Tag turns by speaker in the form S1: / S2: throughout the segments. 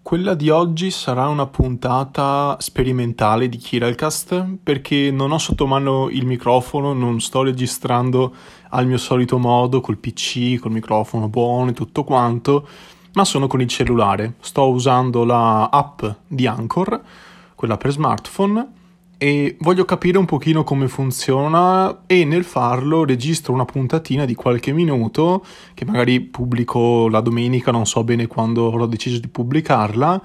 S1: Quella di oggi sarà una puntata sperimentale di Kiralcast perché non ho sotto mano il microfono, non sto registrando al mio solito modo col PC, col microfono buono e tutto quanto, ma sono con il cellulare. Sto usando la app di Anchor, quella per smartphone, e voglio capire un pochino come funziona e nel farlo registro una puntatina di qualche minuto che magari pubblico la domenica, non so bene quando avrò deciso di pubblicarla,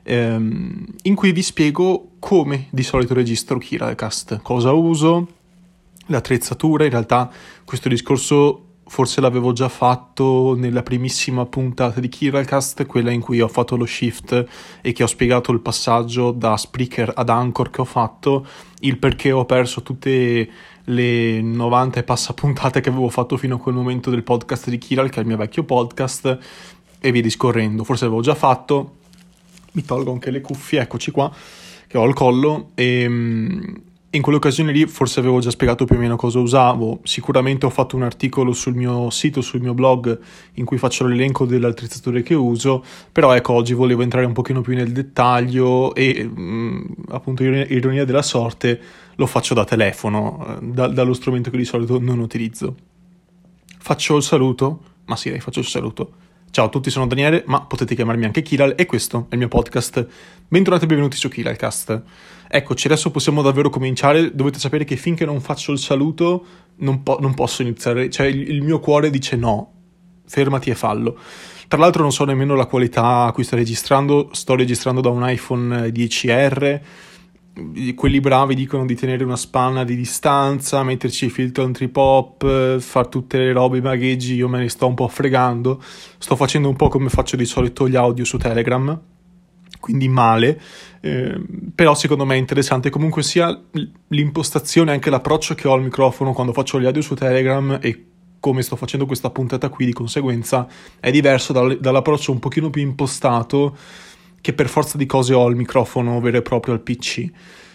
S1: in cui vi spiego come di solito registro Kiralcast, cosa uso, l'attrezzatura. In realtà questo discorso forse l'avevo già fatto nella primissima puntata di Kiralcast, quella in cui ho fatto lo shift e che ho spiegato il passaggio da Spreaker ad Anchor che ho fatto, il perché ho perso tutte le 90 e passa puntate che avevo fatto fino a quel momento del podcast di Kiral, che è il mio vecchio podcast, e via discorrendo. Forse l'avevo già fatto, mi tolgo anche le cuffie, eccoci qua, che ho al collo, e in quell'occasione lì forse avevo già spiegato più o meno cosa usavo. Sicuramente ho fatto un articolo sul mio sito, sul mio blog, in cui faccio l'elenco delle attrezzature che uso, però ecco, oggi volevo entrare un pochino più nel dettaglio e appunto, ironia della sorte, lo faccio da telefono, dallo strumento che di solito non utilizzo. Faccio il saluto, ma sì dai, faccio il saluto. Ciao a tutti, sono Daniele, ma potete chiamarmi anche Kiral e questo è il mio podcast. Bentornati e benvenuti su Kiralcast. Eccoci, adesso possiamo davvero cominciare. Dovete sapere che finché non faccio il saluto non posso iniziare, cioè il mio cuore dice no, fermati e fallo. Tra l'altro non so nemmeno la qualità a cui sto registrando da un iPhone 10R. Quelli bravi dicono di tenere una spanna di distanza, metterci il filtro anti-pop, far tutte le robe, i magheggi. Io me ne sto un po' fregando, sto facendo un po' come faccio di solito gli audio su Telegram, quindi male, però secondo me è interessante comunque sia l'impostazione, anche l'approccio che ho al microfono quando faccio gli audio su Telegram, e come sto facendo questa puntata qui di conseguenza è diverso dall'approccio un pochino più impostato che per forza di cose ho il microfono vero e proprio al PC.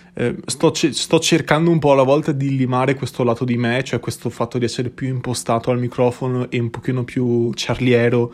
S1: Sto cercando un po' alla volta di limare questo lato di me, cioè questo fatto di essere più impostato al microfono e un pochino più ciarliero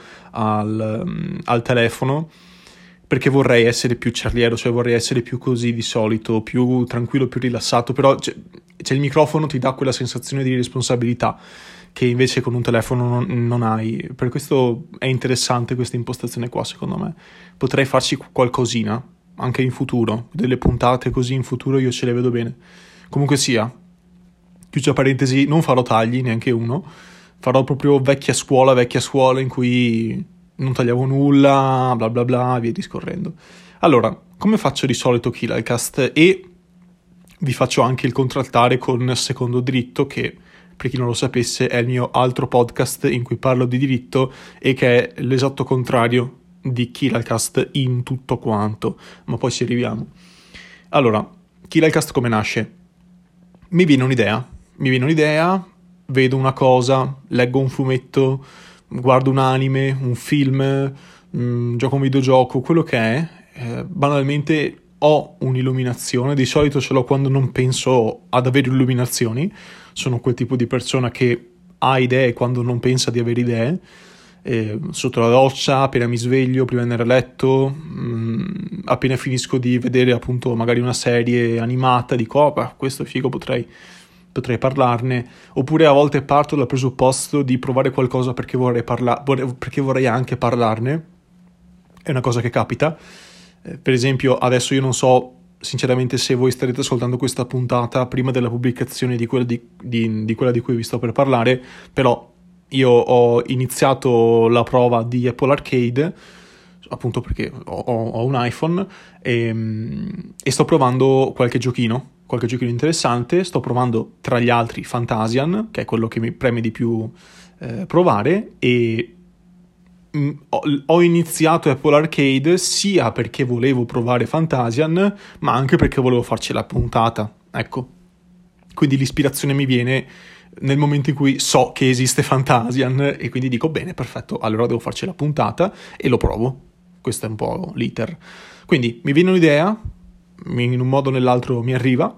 S1: al telefono, perché vorrei essere più ciarliero, cioè vorrei essere più così di solito, più tranquillo, più rilassato, però c'è il microfono ti dà quella sensazione di responsabilità che invece con un telefono non hai. Per questo è interessante questa impostazione qua, secondo me. Potrei farci qualcosina anche in futuro, delle puntate così in futuro io ce le vedo bene. Comunque sia, chiusa parentesi, non farò tagli, neanche uno, farò proprio vecchia scuola in cui non tagliavo nulla, bla bla bla, via discorrendo. Allora, come faccio di solito Kiralcast? E vi faccio anche il contraltare con Secondo Diritto, che per chi non lo sapesse è il mio altro podcast in cui parlo di diritto e che è l'esatto contrario di Kiralcast in tutto quanto, ma poi ci arriviamo. Allora, Kiralcast come nasce? Mi viene un'idea, vedo una cosa, leggo un fumetto, guardo un anime, un film, gioco un videogioco, quello che è, banalmente ho un'illuminazione. Di solito ce l'ho quando non penso ad avere illuminazioni, sono quel tipo di persona che ha idee quando non pensa di avere idee, sotto la doccia, appena mi sveglio, prima di andare a letto, appena finisco di vedere appunto magari una serie animata, dico questo è figo, potrei parlarne, oppure a volte parto dal presupposto di provare qualcosa perché vorrei anche parlarne. È una cosa che capita. Per esempio adesso io non so sinceramente se voi starete ascoltando questa puntata prima della pubblicazione di quella di cui vi sto per parlare, però io ho iniziato la prova di Apple Arcade appunto perché ho un iPhone e sto provando qualche giochino interessante. Sto provando tra gli altri Fantasian, che è quello che mi preme di più provare, e ho iniziato Apple Arcade sia perché volevo provare Fantasian, ma anche perché volevo farci la puntata, ecco. Quindi l'ispirazione mi viene nel momento in cui so che esiste Fantasian e quindi dico bene, perfetto, allora devo farci la puntata e lo provo. Questo è un po' l'iter. Quindi mi viene un'idea, in un modo o nell'altro mi arriva,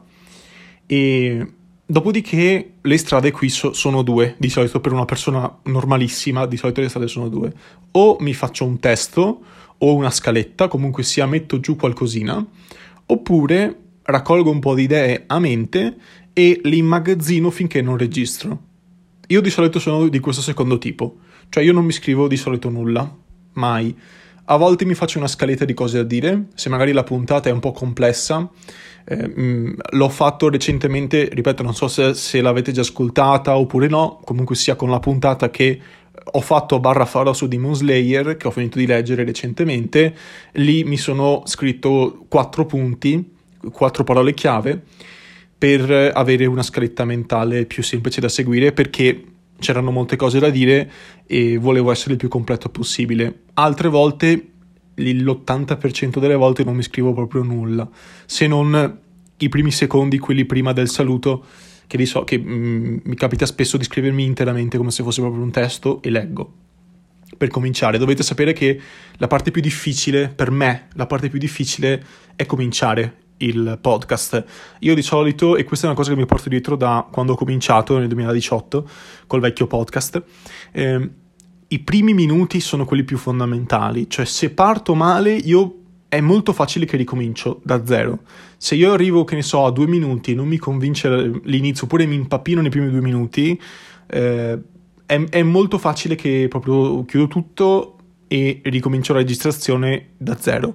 S1: e dopodiché le strade qui sono due, di solito per una persona normalissima, di solito le strade sono due. O mi faccio un testo, o una scaletta, comunque sia metto giù qualcosina, oppure raccolgo un po' di idee a mente e le immagazzino finché non registro. Io di solito sono di questo secondo tipo, cioè io non mi scrivo di solito nulla, mai. A volte mi faccio una scaletta di cose da dire, se magari la puntata è un po' complessa. L'ho fatto recentemente, ripeto, non so se l'avete già ascoltata oppure no, comunque sia con la puntata che ho fatto farò su Demon Slayer, che ho finito di leggere recentemente. Lì mi sono scritto 4 punti, 4 parole chiave, per avere una scaletta mentale più semplice da seguire, perché c'erano molte cose da dire e volevo essere il più completo possibile. Altre volte, l'80% delle volte non mi scrivo proprio nulla, se non i primi secondi, quelli prima del saluto, che mi capita spesso di scrivermi interamente come se fosse proprio un testo e leggo. Per cominciare, dovete sapere che la parte più difficile, per me, la parte più difficile è cominciare il podcast. Io di solito, e questa è una cosa che mi porto dietro da quando ho cominciato nel 2018 col vecchio podcast, i primi minuti sono quelli più fondamentali, cioè se parto male è molto facile che ricomincio da zero. Se io arrivo, che ne so, a 2 minuti e non mi convince l'inizio, oppure mi impappino nei primi 2 minuti, è molto facile che proprio chiudo tutto e ricomincio la registrazione da zero.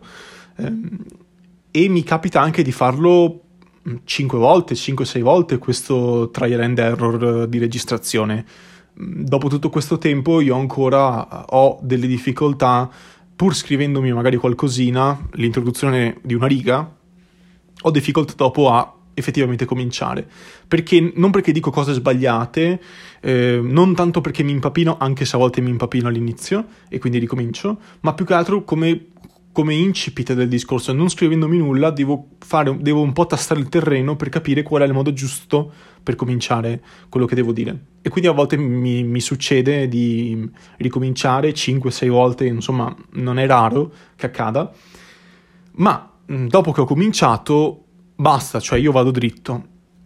S1: E mi capita anche di farlo 5-6 volte questo trial and error di registrazione. Dopo tutto questo tempo io ancora ho delle difficoltà, pur scrivendomi magari qualcosina, l'introduzione di una riga, ho difficoltà dopo a effettivamente cominciare. Non perché dico cose sbagliate, non tanto perché mi impapino, anche se a volte mi impapino all'inizio e quindi ricomincio, ma più che altro come incipit del discorso. Non scrivendomi nulla, devo un po' tastare il terreno per capire qual è il modo giusto per cominciare quello che devo dire. E quindi a volte mi succede di ricominciare 5-6 volte, insomma non è raro che accada, ma dopo che ho cominciato basta, cioè io vado dritto.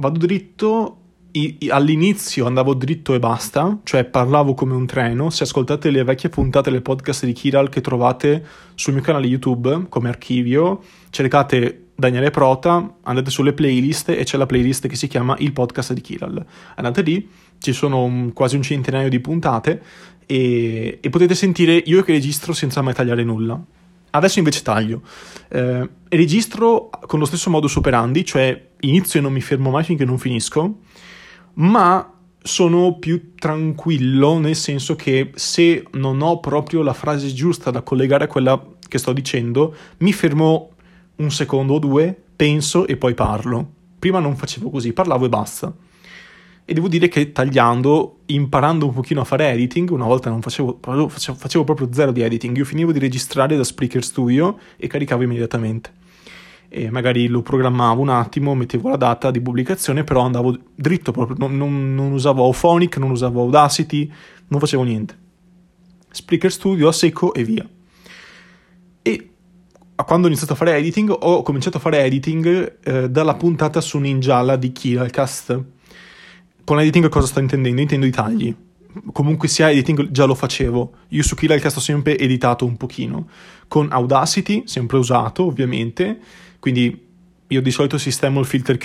S1: All'inizio andavo dritto e basta, cioè parlavo come un treno. Se ascoltate le vecchie puntate del podcast di Kiral che trovate sul mio canale YouTube come archivio, cercate Daniele Prota, andate sulle playlist e c'è la playlist che si chiama Il Podcast di Kiral. Andate lì, ci sono quasi un centinaio di puntate e potete sentire io che registro senza mai tagliare nulla. Adesso invece taglio. Registro con lo stesso modus operandi, cioè inizio e non mi fermo mai finché non finisco, ma sono più tranquillo, nel senso che se non ho proprio la frase giusta da collegare a quella che sto dicendo, mi fermo 1 secondo o 2, penso e poi parlo. Prima non facevo così, parlavo e basta. E devo dire che tagliando, imparando un pochino a fare editing, una volta non facevo proprio zero di editing, io finivo di registrare da Spreaker Studio e caricavo immediatamente. E magari lo programmavo un attimo, mettevo la data di pubblicazione, però andavo dritto proprio, non usavo Auphonic, non usavo Audacity, non facevo niente. Spreaker Studio a secco e via. E quando ho iniziato a fare editing, ho cominciato a fare editing dalla puntata su Ninjala di Kiralcast. Con editing cosa sto intendendo? Intendo i tagli. Comunque sia editing già lo facevo. Io su Kiralcast ho sempre editato un pochino. Con Audacity, sempre usato ovviamente. Quindi io di solito sistemo il filter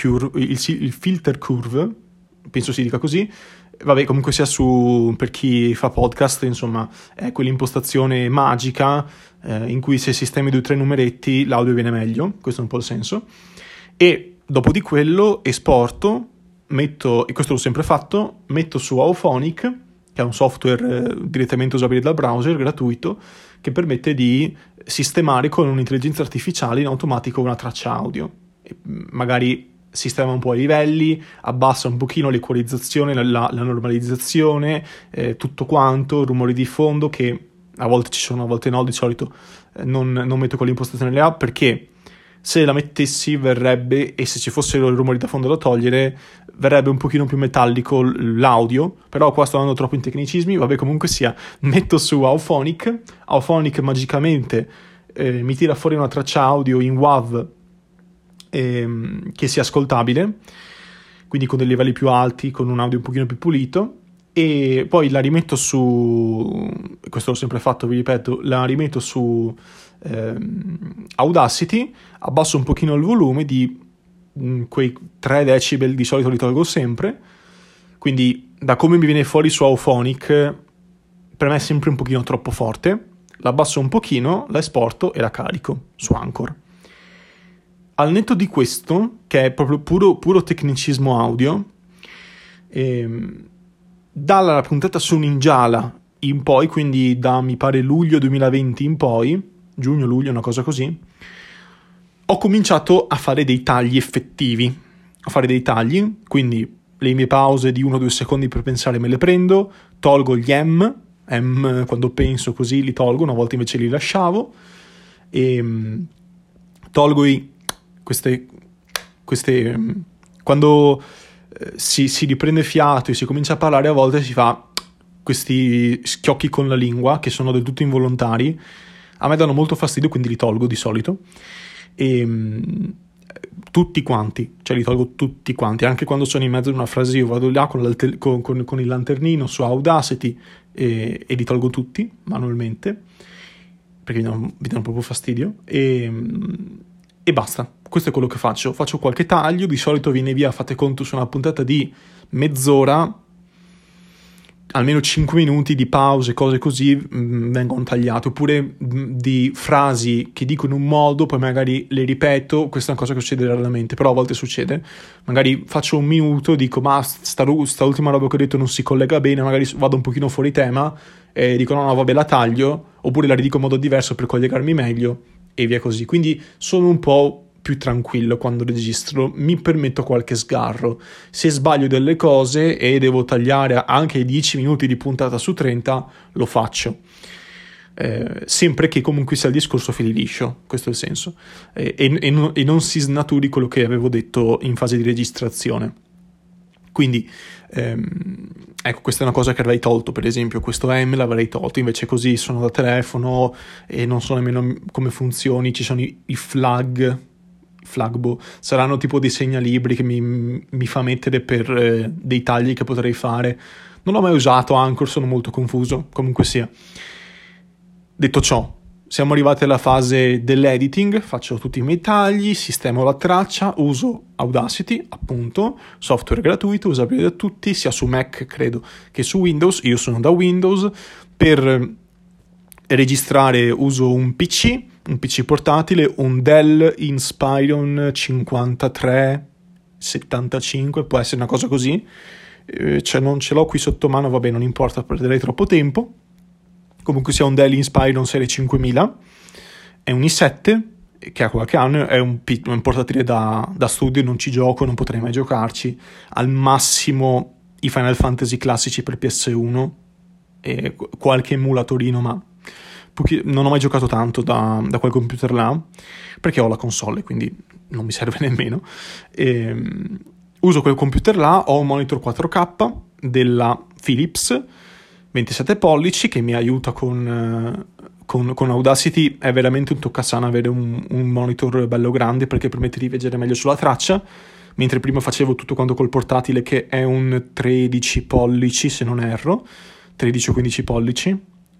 S1: curve, penso si dica così. Vabbè, comunque sia per chi fa podcast, insomma, è quell'impostazione magica in cui se sistemi 2 o 3 numeretti l'audio viene meglio. Questo è un po' il senso. E dopo di quello esporto, e questo l'ho sempre fatto, metto su Auphonic, che è un software direttamente usabile dal browser, gratuito, che permette di sistemare con un'intelligenza artificiale in automatico una traccia audio. E magari sistema un po' i livelli, abbassa un pochino l'equalizzazione, la normalizzazione, tutto quanto, rumori di fondo che a volte ci sono, a volte no, di solito non metto quell'impostazione là perché se la mettessi verrebbe, e se ci fossero i rumori da fondo da togliere, verrebbe un pochino più metallico l'audio, però qua sto andando troppo in tecnicismi, vabbè comunque sia, metto su Auphonic magicamente mi tira fuori una traccia audio in WAV che sia ascoltabile, quindi con dei livelli più alti, con un audio un pochino più pulito, e poi la rimetto su, questo l'ho sempre fatto, vi ripeto, la rimetto su Audacity, abbasso un pochino il volume di quei 3 decibel, di solito li tolgo sempre, quindi da come mi viene fuori su Auphonic per me è sempre un pochino troppo forte, la abbasso un pochino, la esporto e la carico su Anchor. Al netto di questo, che è proprio puro tecnicismo audio, dalla puntata su Ninjala in poi, quindi da mi pare luglio 2020 in poi, giugno-luglio, una cosa così, ho cominciato a fare dei tagli effettivi, quindi le mie pause di 1-2 secondi per pensare me le prendo, tolgo gli quando penso così li tolgo, una volta invece li lasciavo, e tolgo queste quando si riprende fiato e si comincia a parlare, a volte si fa questi schiocchi con la lingua che sono del tutto involontari, a me danno molto fastidio, quindi li tolgo di solito, e tutti quanti, cioè li tolgo tutti quanti, anche quando sono in mezzo a una frase io vado là con il lanternino su Audacity e li tolgo tutti manualmente perché mi danno proprio fastidio, e basta. Questo è quello che faccio qualche taglio, di solito viene via, fate conto, su una puntata di mezz'ora almeno 5 minuti di pause, cose così vengono tagliate, oppure di frasi che dico in un modo, poi magari le ripeto. Questa è una cosa che succede raramente, però a volte succede, magari faccio un minuto, dico ma sta ultima roba che ho detto non si collega bene, magari vado un pochino fuori tema e dico no vabbè la taglio, oppure la ridico in modo diverso per collegarmi meglio e via così. Quindi sono un po' più tranquillo quando registro, mi permetto qualche sgarro. Se sbaglio delle cose e devo tagliare anche 10 minuti di puntata su 30, lo faccio. Sempre che comunque sia il discorso fili liscio, questo è il senso, e non si snaturi quello che avevo detto in fase di registrazione. Quindi ecco, questa è una cosa che avrei tolto, per esempio questo l'avrei tolto, invece così sono da telefono e non so nemmeno come funzioni, ci sono i flag, saranno tipo dei segnalibri che mi fa mettere per dei tagli che potrei fare. Non ho mai usato Anchor, sono molto confuso, comunque sia. Detto ciò, siamo arrivati alla fase dell'editing, faccio tutti i miei tagli, sistemo la traccia, uso Audacity, appunto, software gratuito, usabile da tutti, sia su Mac credo che su Windows. Io sono da Windows. Per registrare uso un PC portatile, un Dell Inspiron 5375, può essere una cosa così, cioè non ce l'ho qui sotto mano, vabbè non importa, perderei troppo tempo. Comunque sia un Dell Inspiron serie 5000, è un i7 che ha qualche anno, è un portatile da studio, non ci gioco, non potrei mai giocarci, al massimo i Final Fantasy classici per PS1 e qualche emulatorino, ma non ho mai giocato tanto da quel computer là, perché ho la console, quindi non mi serve nemmeno. Uso quel computer là, ho un monitor 4K della Philips 27 pollici che mi aiuta con Audacity. È veramente un toccasana avere un monitor bello grande, perché permette di leggere meglio sulla traccia, mentre prima facevo tutto quanto col portatile, che è un 13 pollici se non erro, 13 o 15 pollici,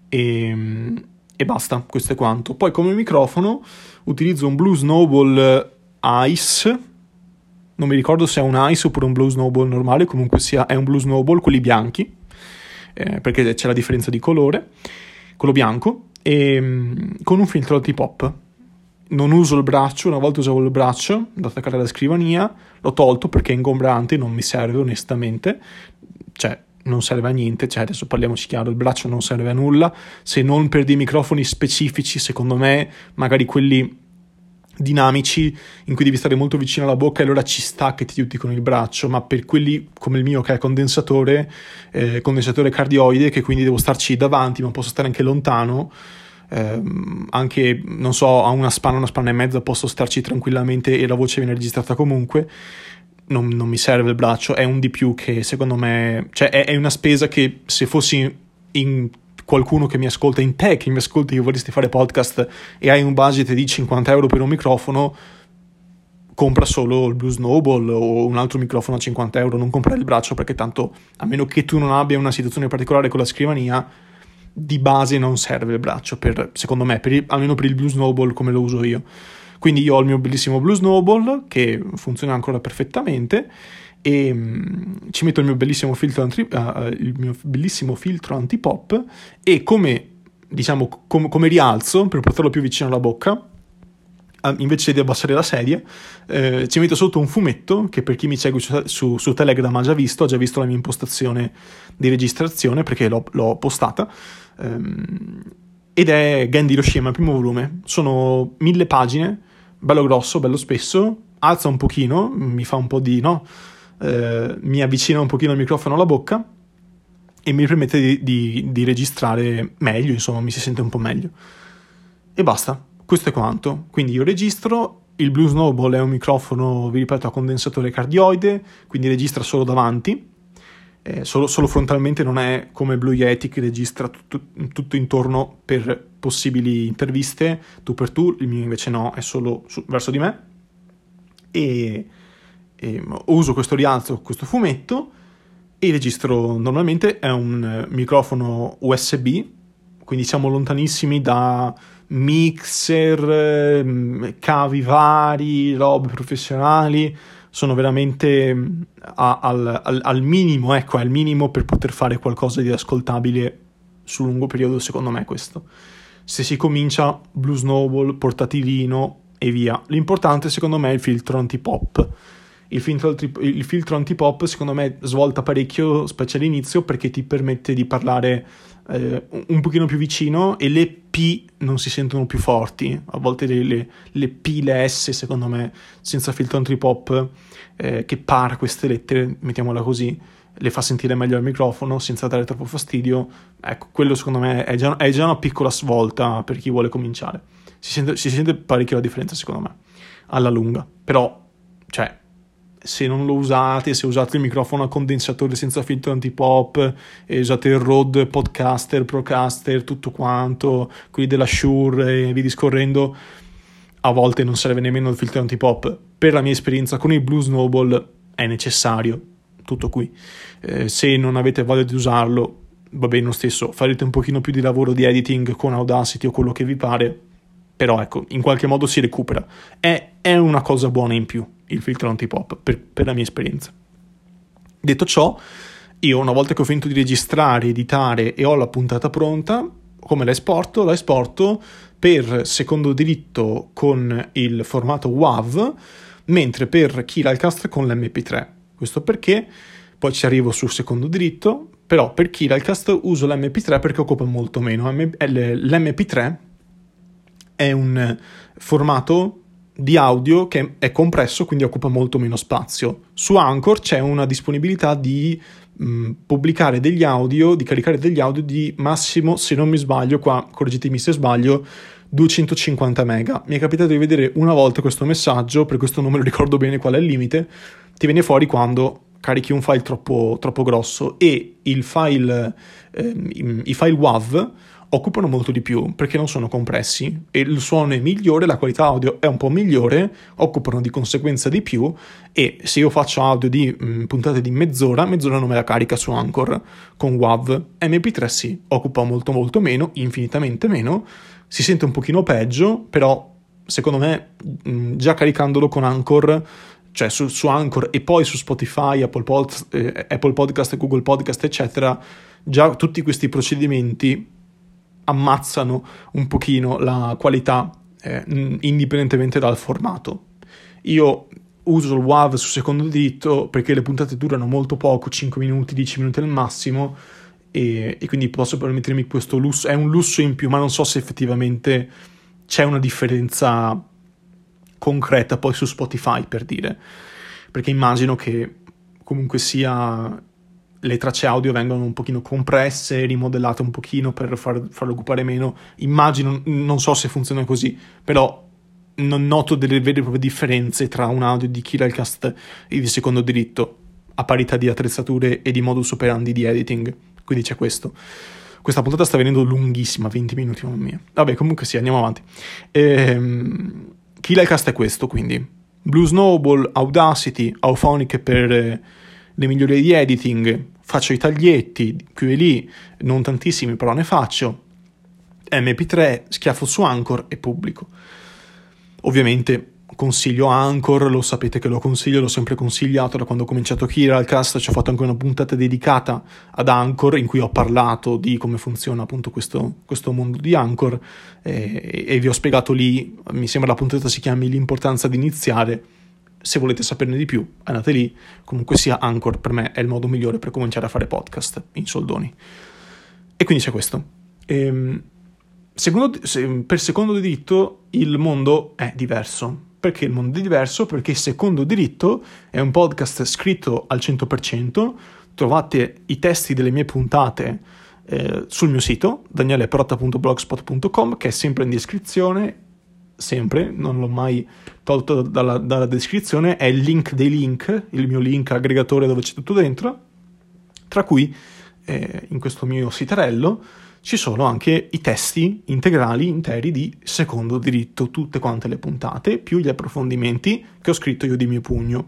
S1: e basta, questo è quanto. Poi come microfono utilizzo un Blue Snowball Ice, non mi ricordo se è un Ice oppure un Blue Snowball normale, comunque sia è un Blue Snowball, quelli bianchi, perché c'è la differenza di colore, quello bianco, e con un filtro anti-pop. Non uso il braccio, una volta usavo il braccio da attaccare alla scrivania, l'ho tolto perché è ingombrante, non mi serve onestamente, cioè non serve a niente, cioè adesso parliamoci chiaro, il braccio non serve a nulla, se non per dei microfoni specifici, secondo me, magari quelli dinamici in cui devi stare molto vicino alla bocca, e allora ci sta che ti aiuti con il braccio, ma per quelli come il mio che è condensatore cardioide, che quindi devo starci davanti ma posso stare anche lontano, anche non so a una spanna e mezza posso starci tranquillamente e la voce viene registrata comunque. Non mi serve il braccio, è un di più che secondo me, cioè è una spesa che se fossi in qualcuno che mi ascolta, in te che mi ascolti, che vorresti fare podcast e hai un budget di 50 euro per un microfono, compra solo il Blue Snowball o un altro microfono a 50 euro, non comprare il braccio, perché tanto, a meno che tu non abbia una situazione particolare con la scrivania, di base non serve il braccio, secondo me, almeno per il Blue Snowball come lo uso io. Quindi io ho il mio bellissimo Blue Snowball che funziona ancora perfettamente, e ci metto il mio bellissimo filtro antipop, e come rialzo per portarlo più vicino alla bocca, invece di abbassare la sedia, ci metto sotto un fumetto che, per chi mi segue su Telegram ha già visto la mia impostazione di registrazione, perché l'ho postata, ed è Gendy Hiroshima, primo volume. Sono 1000 pagine, bello grosso, bello spesso, alza un pochino, mi fa un po' mi avvicina un pochino il microfono alla bocca e mi permette di registrare meglio, insomma mi si sente un po' meglio. E basta, questo è quanto. Quindi io registro, il Blue Snowball è un microfono, vi ripeto, a condensatore cardioide, quindi registra solo davanti, solo frontalmente, non è come Blue Yeti che registra tutto intorno per possibili interviste, tu per tu. Il mio invece no, è solo verso di me, e uso questo rialzo, questo fumetto, e registro normalmente. È un microfono USB, quindi siamo lontanissimi da mixer, cavi vari, robe professionali. Sono veramente al minimo, ecco, al minimo per poter fare qualcosa di ascoltabile su lungo periodo, secondo me questo. Se si comincia, Blue Snowball, portatilino e via. L'importante secondo me è il filtro antipop. Il filtro antipop secondo me svolta parecchio, specie all'inizio, perché ti permette di parlare un pochino più vicino, e le P non si sentono più forti. A volte le P, le S, secondo me, senza filtro antipop, che para queste lettere, mettiamola così, le fa sentire meglio al microfono senza dare troppo fastidio. Ecco, quello secondo me è già una piccola svolta per chi vuole cominciare. Si sente parecchio la differenza, secondo me, alla lunga. Però, cioè, se non lo usate, se usate il microfono a condensatore senza filtro antipop, e usate il Rode Podcaster, Procaster, tutto quanto, quelli della Shure e via discorrendo, a volte non serve nemmeno il filtro antipop. Per la mia esperienza con il Blue Snowball è necessario, tutto qui. Se non avete voglia di usarlo, va bene lo stesso, farete un pochino più di lavoro di editing con Audacity o quello che vi pare, però ecco, in qualche modo si recupera. È una cosa buona in più il filtro antipop, per la mia esperienza. Detto ciò, io una volta che ho finito di registrare, editare e ho la puntata pronta, come la esporto? La esporto per secondo diritto con il formato WAV, mentre per Kiralcast con l'MP3. Questo perché, poi ci arrivo sul secondo diritto, però per Kiralcast uso l'MP3 perché occupa molto meno. L'MP3 è un formato di audio che è compresso, quindi occupa molto meno spazio. Su Anchor c'è una disponibilità di pubblicare degli audio, di caricare degli audio di massimo, se non mi sbaglio, qua correggetemi se sbaglio, 250 mega. Mi è capitato di vedere una volta questo messaggio, per questo non me lo ricordo bene qual è il limite. Ti viene fuori quando carichi un file troppo grosso, e i file WAV occupano molto di più perché non sono compressi, e il suono è migliore, la qualità audio è un po' migliore, occupano di conseguenza di più. E se io faccio audio di puntate di mezz'ora non me la carica su Anchor con WAV. MP3 sì, occupa molto molto meno, infinitamente meno, si sente un pochino peggio, però secondo me già caricandolo con Anchor, cioè su Anchor e poi su Spotify, Apple Podcast, Google Podcast, eccetera, già tutti questi procedimenti ammazzano un pochino la qualità, indipendentemente dal formato. Io uso il WAV su secondo diritto perché le puntate durano molto poco, 5 minuti, 10 minuti al massimo, e quindi posso permettermi questo lusso. È un lusso in più, ma non so se effettivamente c'è una differenza concreta poi su Spotify, per dire, perché immagino che comunque sia le tracce audio vengono un pochino compresse, rimodellate un pochino per farlo occupare meno. Immagino, non so se funziona così, però non noto delle vere e proprie differenze tra un audio di Kiralcast e di secondo diritto, a parità di attrezzature e di modus operandi di editing. Quindi c'è questo. Questa puntata sta venendo lunghissima, 20 minuti, mamma mia. Vabbè, comunque sì, andiamo avanti. Kiralcast è questo, quindi Blue Snowball, Audacity, Auphonic per le migliorie di editing, faccio i taglietti qui e lì, non tantissimi però ne faccio, MP3, schiaffo su Anchor e pubblico. Ovviamente consiglio Anchor, lo sapete che lo consiglio, l'ho sempre consigliato da quando ho cominciato Kiralcast, ci ho fatto anche una puntata dedicata ad Anchor in cui ho parlato di come funziona appunto questo mondo di Anchor e vi ho spiegato lì, mi sembra la puntata si chiami l'importanza di iniziare. Se volete saperne di più andate lì, comunque sia Anchor per me è il modo migliore per cominciare a fare podcast in soldoni. E quindi c'è questo. Per secondo diritto il mondo è diverso. Perché il mondo è diverso? Perché Secondo Diritto è un podcast scritto al 100%, trovate i testi delle mie puntate sul mio sito, danieleperotta.blogspot.com, che è sempre in descrizione, sempre, non l'ho mai tolto dalla descrizione, è il link dei link, il mio link aggregatore dove c'è tutto dentro, tra cui in questo mio siterello ci sono anche i testi integrali, interi di Secondo Diritto, tutte quante le puntate, più gli approfondimenti che ho scritto io di mio pugno.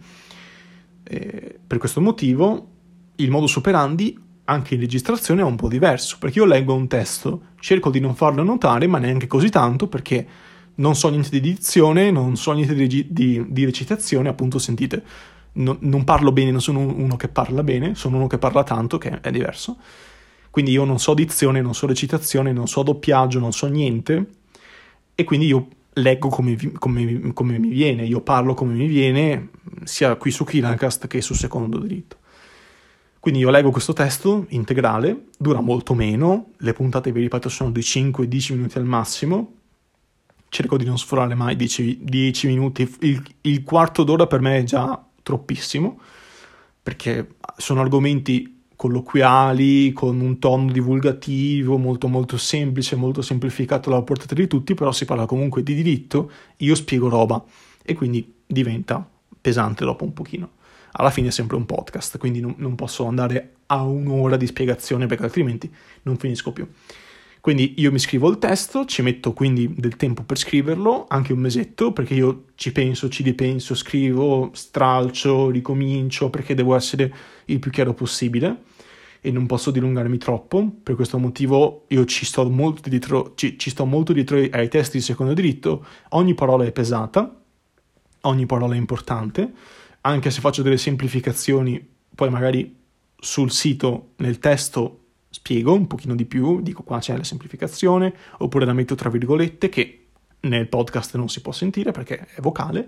S1: Per questo motivo il modus operandi anche in registrazione è un po' diverso, perché io leggo un testo, cerco di non farlo notare, ma neanche così tanto, perché non so niente di dizione, non so niente di recitazione, appunto sentite, non parlo bene, non sono uno che parla bene, sono uno che parla tanto, che è diverso. Quindi io non so dizione, non so recitazione, non so doppiaggio, non so niente, e quindi io leggo come mi viene, io parlo come mi viene, sia qui su Kiralcast che su Secondo Diritto. Quindi io leggo questo testo integrale, dura molto meno, le puntate, vi ripeto, sono di 5-10 minuti al massimo, cerco di non sforare mai 10 minuti, il quarto d'ora per me è già troppissimo, perché sono argomenti colloquiali, con un tono divulgativo molto molto semplice, molto semplificato alla portata di tutti, però si parla comunque di diritto, io spiego roba e quindi diventa pesante dopo un pochino. Alla fine è sempre un podcast, quindi non posso andare a un'ora di spiegazione perché altrimenti non finisco più. Quindi io mi scrivo il testo, ci metto quindi del tempo per scriverlo, anche un mesetto, perché io ci penso, ci ripenso, scrivo, stralcio, ricomincio, perché devo essere il più chiaro possibile e non posso dilungarmi troppo. Per questo motivo io ci sto molto dietro ai testi di Secondo Diritto. Ogni parola è pesata, ogni parola è importante, anche se faccio delle semplificazioni, poi magari sul sito, nel testo, spiego un pochino di più, dico qua c'è la semplificazione, oppure la metto tra virgolette, che nel podcast non si può sentire perché è vocale,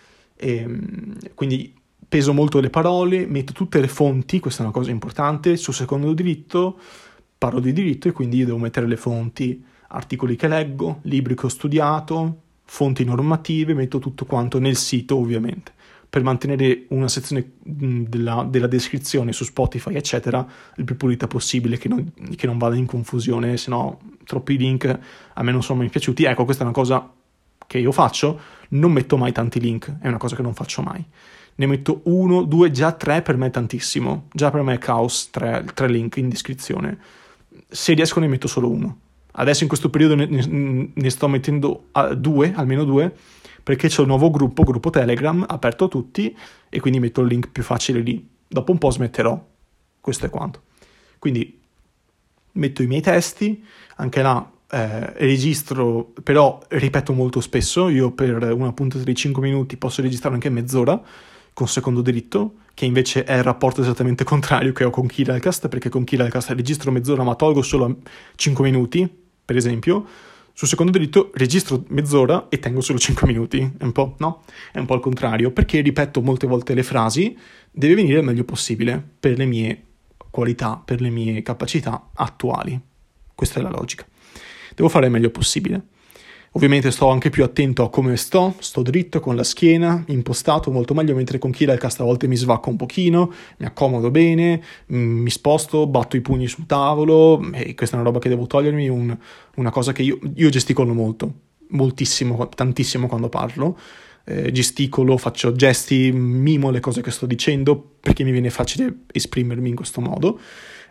S1: quindi peso molto le parole, metto tutte le fonti, questa è una cosa importante, su Secondo Diritto parlo di diritto e quindi io devo mettere le fonti, articoli che leggo, libri che ho studiato, fonti normative, metto tutto quanto nel sito ovviamente, per mantenere una sezione della descrizione su Spotify eccetera il più pulita possibile, che non vada in confusione, se no troppi link a me non sono mai piaciuti. Ecco, questa è una cosa che io faccio, non metto mai tanti link, è una cosa che non faccio mai, ne metto 1, 2, già 3 per me è tantissimo, già per me è caos 3 link in descrizione, se riesco ne metto solo 1. Adesso in questo periodo ne sto mettendo almeno 2, perché c'è un nuovo gruppo Telegram aperto a tutti e quindi metto il link più facile lì. Dopo un po' smetterò, questo è quanto. Quindi metto i miei testi, anche là registro, però ripeto molto spesso, io per una puntata di 5 minuti posso registrare anche mezz'ora con Secondo Diritto, che invece è il rapporto esattamente contrario che ho con Kiralcast, perché con Kiralcast registro mezz'ora ma tolgo solo 5 minuti, per esempio. Su Secondo Diritto registro mezz'ora e tengo solo 5 minuti, è un po', no? È un po' il contrario, perché ripeto molte volte le frasi, deve venire il meglio possibile per le mie qualità, per le mie capacità attuali. Questa è la logica. Devo fare il meglio possibile. Ovviamente sto anche più attento a come sto dritto con la schiena, impostato molto meglio, mentre con Kiralcast a volte mi svacco un pochino, mi accomodo bene, mi sposto, batto i pugni sul tavolo, e questa è una roba che devo togliermi, una cosa che io gesticolo molto, moltissimo, tantissimo quando parlo, gesticolo, faccio gesti, mimo le cose che sto dicendo, perché mi viene facile esprimermi in questo modo,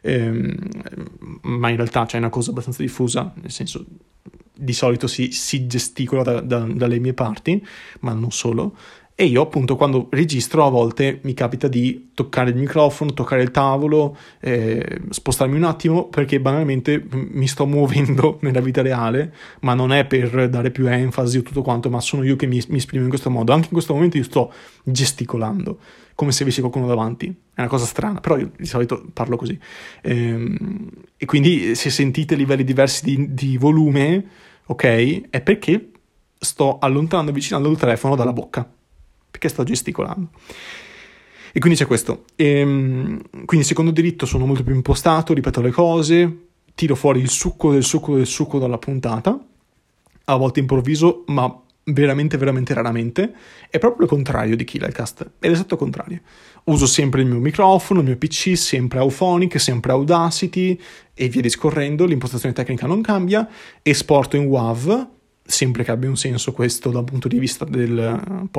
S1: ma in realtà c'è una cosa abbastanza diffusa, nel senso di solito si gesticola dalle mie parti, ma non solo, E io appunto quando registro a volte mi capita di toccare il microfono, toccare il tavolo, spostarmi un attimo perché banalmente mi sto muovendo nella vita reale, ma non è per dare più enfasi o tutto quanto, ma sono io che mi esprimo in questo modo. Anche in questo momento io sto gesticolando, come se avessi qualcuno davanti. È una cosa strana, però io di solito parlo così. E quindi se sentite livelli diversi di volume, ok, è perché sto allontanando e avvicinando il telefono dalla bocca, perché sto gesticolando. E quindi c'è questo. Quindi secondo diritto sono molto più impostato, ripeto le cose, tiro fuori il succo del succo del succo dalla puntata, a volte improvviso, ma veramente veramente raramente. È proprio il contrario di Killercast, è l'esatto contrario. Uso sempre il mio microfono, il mio PC, sempre Auphonic, sempre Audacity e via discorrendo, l'impostazione tecnica non cambia, esporto in WAV, sempre che abbia un senso questo dal punto di vista del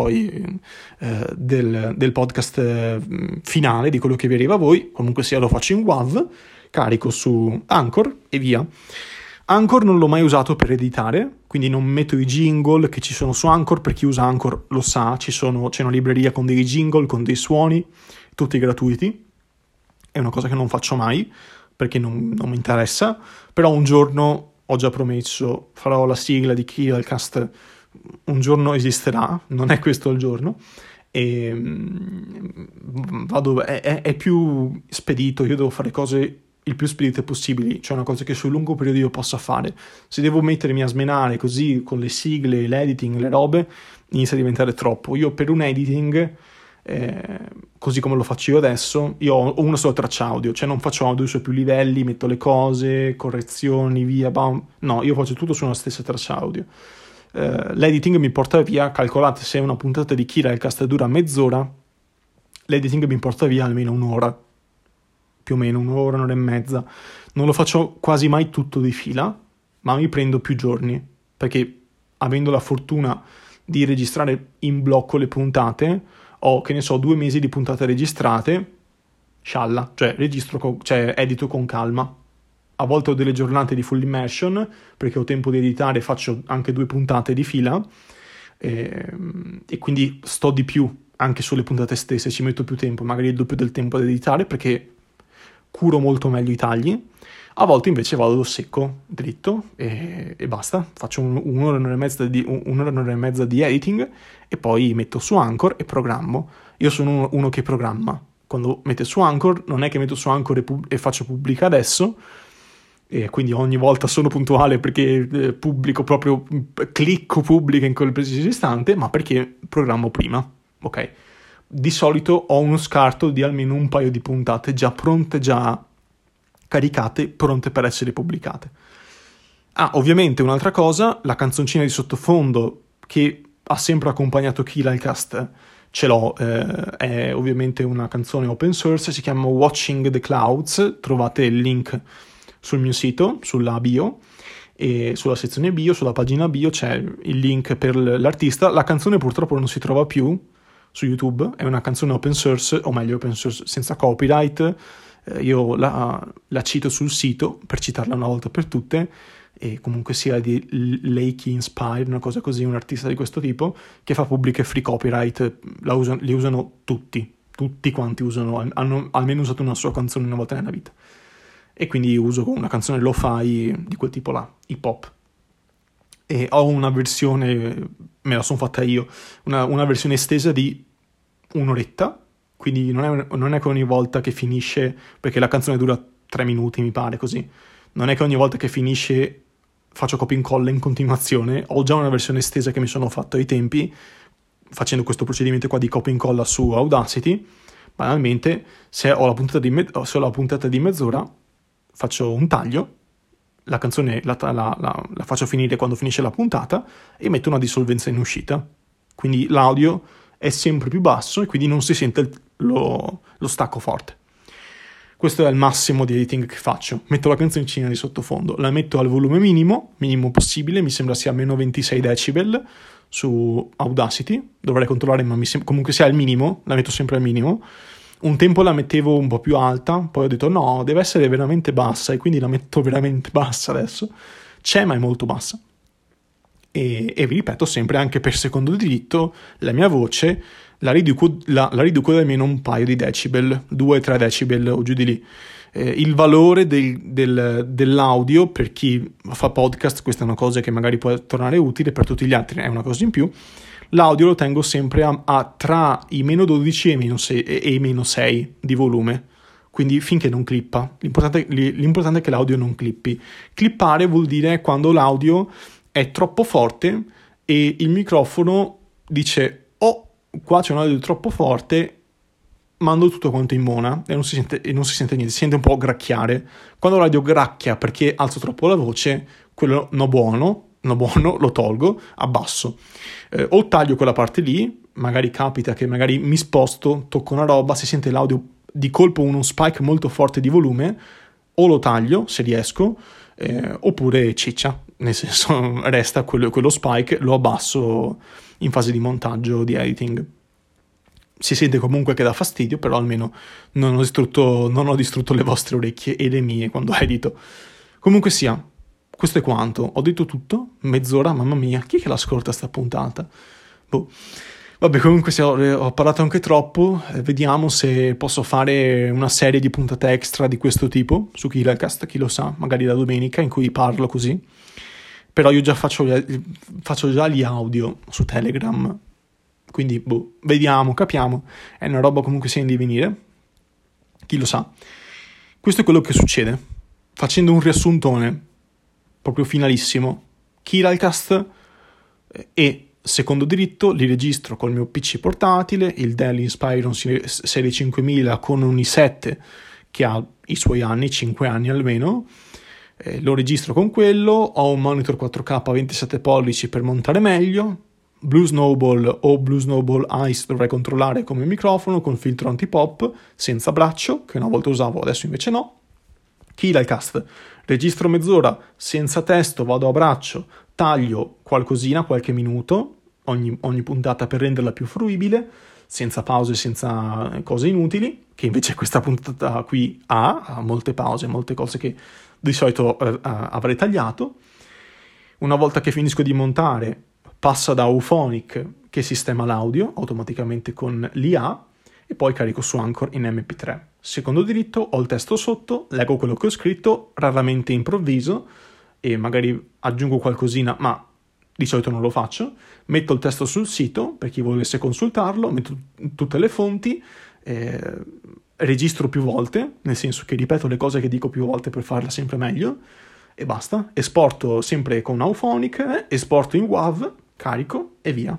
S1: podcast finale, di quello che vi arriva a voi. Comunque sia, lo faccio in WAV, carico su Anchor e via. Anchor non l'ho mai usato per editare, quindi non metto i jingle che ci sono su Anchor. Per chi usa Anchor lo sa, c'è una libreria con dei jingle, con dei suoni, tutti gratuiti. È una cosa che non faccio mai perché non mi interessa, però un giorno ho già promesso, farò la sigla di Killercast, un giorno esisterà, non è questo il giorno, e è più spedito, io devo fare cose il più spedite possibili, cioè una cosa che sul lungo periodo io possa fare. Se devo mettermi a smenare così con le sigle, l'editing, le robe, inizia a diventare troppo. Io per un editing, così come lo faccio io adesso, io ho una sola traccia audio, cioè non faccio audio su più livelli, metto le cose, correzioni, via, bam. No, io faccio tutto su una stessa traccia audio. L'editing mi porta via, calcolate, se una puntata di Killercast dura mezz'ora, l'editing mi porta via almeno un'ora, più o meno un'ora e mezza. Non lo faccio quasi mai tutto di fila, ma mi prendo più giorni, perché avendo la fortuna di registrare in blocco le puntate, ho, che ne so, 2 mesi di puntate registrate, scialla, cioè edito con calma. A volte ho delle giornate di full immersion, perché ho tempo di editare, faccio anche 2 puntate di fila, e quindi sto di più anche sulle puntate stesse, ci metto più tempo, magari il doppio del tempo ad editare, perché curo molto meglio i tagli. A volte invece vado secco, dritto e basta, faccio un'ora e mezza di editing e poi metto su Anchor e programmo. Io sono uno che programma. Quando mette su Anchor, non è che metto su Anchor e faccio pubblica adesso, e quindi ogni volta sono puntuale perché pubblico proprio, clicco pubblica in quel preciso istante, ma perché programmo prima, ok? Di solito ho uno scarto di almeno un paio di puntate già pronte, già caricate, pronte per essere pubblicate. Ovviamente un'altra cosa, la canzoncina di sottofondo che ha sempre accompagnato Killercast, ce l'ho, è ovviamente una canzone open source, si chiama Watching the Clouds, trovate il link sul mio sito, sulla bio, e sulla sezione bio, sulla pagina bio c'è il link per l'artista. La canzone purtroppo non si trova più su YouTube, è una canzone open source, o meglio open source senza copyright. Io la cito sul sito per citarla una volta per tutte, e comunque sia di Lakey Inspire, una cosa così, un artista di questo tipo che fa pubbliche free copyright, li usano tutti quanti hanno almeno usato una sua canzone una volta nella vita, e quindi uso una canzone lo-fi di quel tipo là, hip hop. E ho una versione, me la sono fatta io, una versione estesa di un'oretta, quindi non è che ogni volta che finisce, perché la canzone dura 3 minuti mi pare, così, non è che ogni volta che finisce faccio copia e incolla in continuazione. Ho già una versione estesa che mi sono fatto ai tempi facendo questo procedimento qua di copia e incolla su Audacity. Banalmente, se ho la puntata di mezz'ora, faccio un taglio, la canzone la faccio finire quando finisce la puntata e metto una dissolvenza in uscita, quindi l'audio è sempre più basso e quindi non si sente lo stacco forte. Questo è il massimo di editing che faccio. Metto la canzoncina di sottofondo, la metto al volume minimo possibile, mi sembra sia meno 26 decibel su Audacity, dovrei controllare, ma comunque sia al minimo, la metto sempre al minimo. Un tempo la mettevo un po' più alta, poi ho detto no, deve essere veramente bassa, e quindi la metto veramente bassa adesso. C'è, ma è molto bassa. e vi ripeto sempre, anche per secondo diritto, la mia voce la riduco da almeno un paio di decibel, 2-3 decibel o giù di lì. Il valore dell'audio per chi fa podcast, questa è una cosa che magari può tornare utile, per tutti gli altri è una cosa in più. L'audio lo tengo sempre a tra i meno 12 e i meno 6 di volume, quindi finché non clippa. L'importante è che l'audio non clippi. Clippare vuol dire quando l'audio è troppo forte e il microfono dice qua c'è un audio troppo forte, mando tutto quanto in mona e non si sente niente, si sente un po' gracchiare. Quando l'audio gracchia perché alzo troppo la voce, quello no buono, lo tolgo, abbasso. O taglio quella parte lì, magari capita che magari mi sposto, tocco una roba, si sente l'audio di colpo uno spike molto forte di volume, o lo taglio se riesco, oppure ciccia, nel senso resta quello spike, lo abbasso in fase di montaggio, di editing. Si sente comunque che dà fastidio, però almeno non ho distrutto le vostre orecchie e le mie quando edito. Comunque sia, questo è quanto. Ho detto tutto? Mezz'ora, mamma mia, chi è che l'ascolta sta puntata? Vabbè, comunque ho parlato anche troppo, vediamo se posso fare una serie di puntate extra di questo tipo su Killercast, chi lo sa, magari la domenica in cui parlo così. Però io già faccio già gli audio su Telegram, quindi vediamo, capiamo. È una roba comunque sia in divenire, chi lo sa. Questo è quello che succede. Facendo un riassuntone proprio finalissimo, Killercast e secondo diritto li registro col mio PC portatile, il Dell Inspiron Serie 5000 con un i7 che ha i suoi anni, 5 anni almeno. Lo registro con quello, ho un monitor 4K 27 pollici per montare meglio, Blue Snowball o Blue Snowball Ice dovrei controllare come microfono con filtro anti-pop, senza braccio, che una volta usavo, adesso invece no. Killercast, registro mezz'ora, senza testo, vado a braccio, taglio qualcosina, qualche minuto, ogni puntata per renderla più fruibile, senza pause, senza cose inutili, che invece questa puntata qui ha molte pause, molte cose che di solito avrei tagliato. Una volta che finisco di montare, passa da Auphonic che sistema l'audio automaticamente con l'IA e poi carico su Anchor in MP3. Secondo diritto, ho il testo sotto, leggo quello che ho scritto, raramente improvviso e magari aggiungo qualcosina, ma di solito non lo faccio. Metto il testo sul sito per chi volesse consultarlo, metto tutte le fonti, registro più volte, nel senso che ripeto le cose che dico più volte per farla sempre meglio e basta. Esporto sempre con Auphonic, esporto in WAV, carico e via.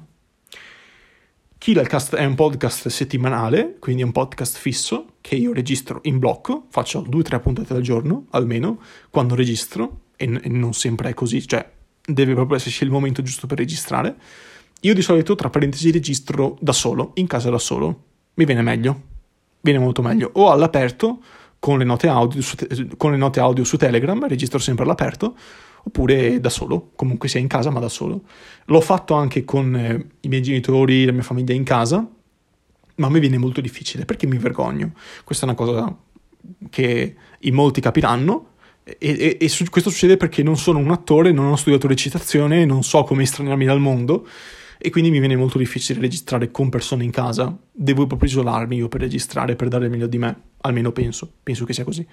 S1: Killercast è un podcast settimanale, quindi è un podcast fisso che io registro in blocco, faccio 2-3 puntate al giorno almeno quando registro e non sempre è così, cioè deve proprio esserci il momento giusto per registrare. Io di solito, tra parentesi, registro da solo, in casa da solo, mi viene meglio, viene molto meglio, o all'aperto con le note audio su Telegram, registro sempre all'aperto, oppure da solo, comunque sia in casa ma da solo. L'ho fatto anche con i miei genitori, la mia famiglia in casa, ma a me viene molto difficile perché mi vergogno. Questa è una cosa che in molti capiranno e questo succede perché non sono un attore, non ho studiato recitazione, non so come estraniarmi dal mondo e quindi mi viene molto difficile registrare con persone in casa. Devo proprio isolarmi io per registrare, per dare il meglio di me, almeno penso che sia così.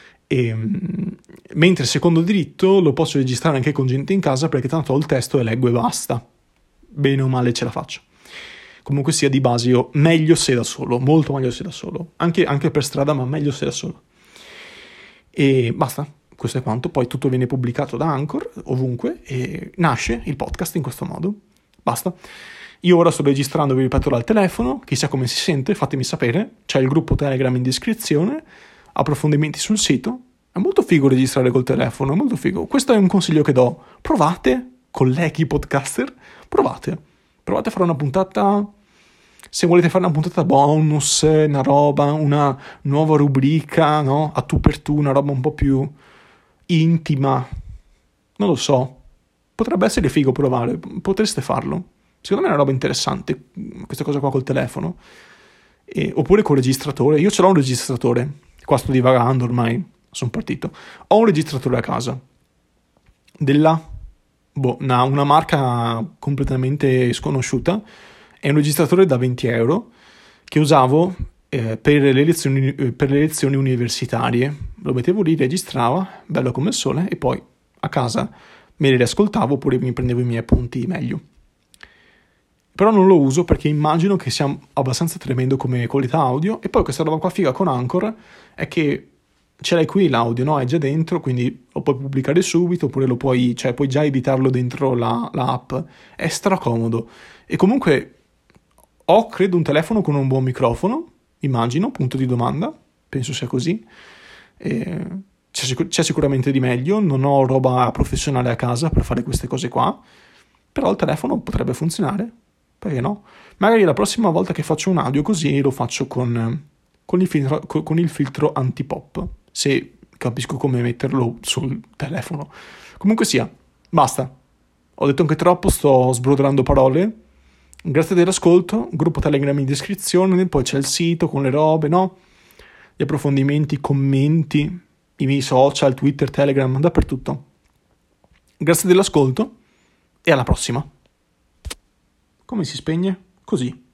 S1: Mentre secondo diritto lo posso registrare anche con gente in casa perché tanto ho il testo e leggo e basta, bene o male ce la faccio. Comunque sia, di base io meglio se da solo, molto meglio se da solo, anche per strada, ma meglio se da solo. E basta, questo è quanto. Poi tutto viene pubblicato da Anchor ovunque e nasce il podcast in questo modo, basta. Io ora sto registrando, vi ripeto, dal telefono, chissà come si sente, fatemi sapere, c'è il gruppo Telegram in descrizione, approfondimenti sul sito. È molto figo registrare col telefono, è molto figo. Questo è un consiglio che do. Provate, colleghi podcaster, provate a fare una puntata, se volete fare una puntata bonus, una roba, una nuova rubrica, no? A tu per tu, una roba un po' più intima. Non lo so. Potrebbe essere figo provare, potreste farlo. Secondo me è una roba interessante, questa cosa qua col telefono. Oppure col registratore. Io ce l'ho un registratore. Qua sto divagando ormai, sono partito. Ho un registratore a casa della una marca completamente sconosciuta. È un registratore da 20 euro che usavo per le lezioni universitarie. Lo mettevo lì, registrava, bello come il sole, e poi a casa me li riascoltavo oppure mi prendevo i miei appunti meglio. Però non lo uso perché immagino che sia abbastanza tremendo come qualità audio, e poi questa roba qua figa con Anchor è che ce l'hai qui l'audio, no? È già dentro, quindi lo puoi pubblicare subito, oppure puoi già editarlo dentro la app. È stracomodo. E comunque ho, credo, un telefono con un buon microfono, immagino, punto di domanda, penso sia così. C'è sicuramente di meglio, non ho roba professionale a casa per fare queste cose qua, però il telefono potrebbe funzionare, perché no? Magari la prossima volta che faccio un audio così lo faccio con il filtro anti-pop, se capisco come metterlo sul telefono. Comunque sia, basta. Ho detto anche troppo, sto sbroderando parole. Grazie dell'ascolto, gruppo Telegram in descrizione, poi c'è il sito con le robe, no? Gli approfondimenti, commenti, i miei social, Twitter, Telegram, dappertutto. Grazie dell'ascolto e alla prossima. Come si spegne? Così.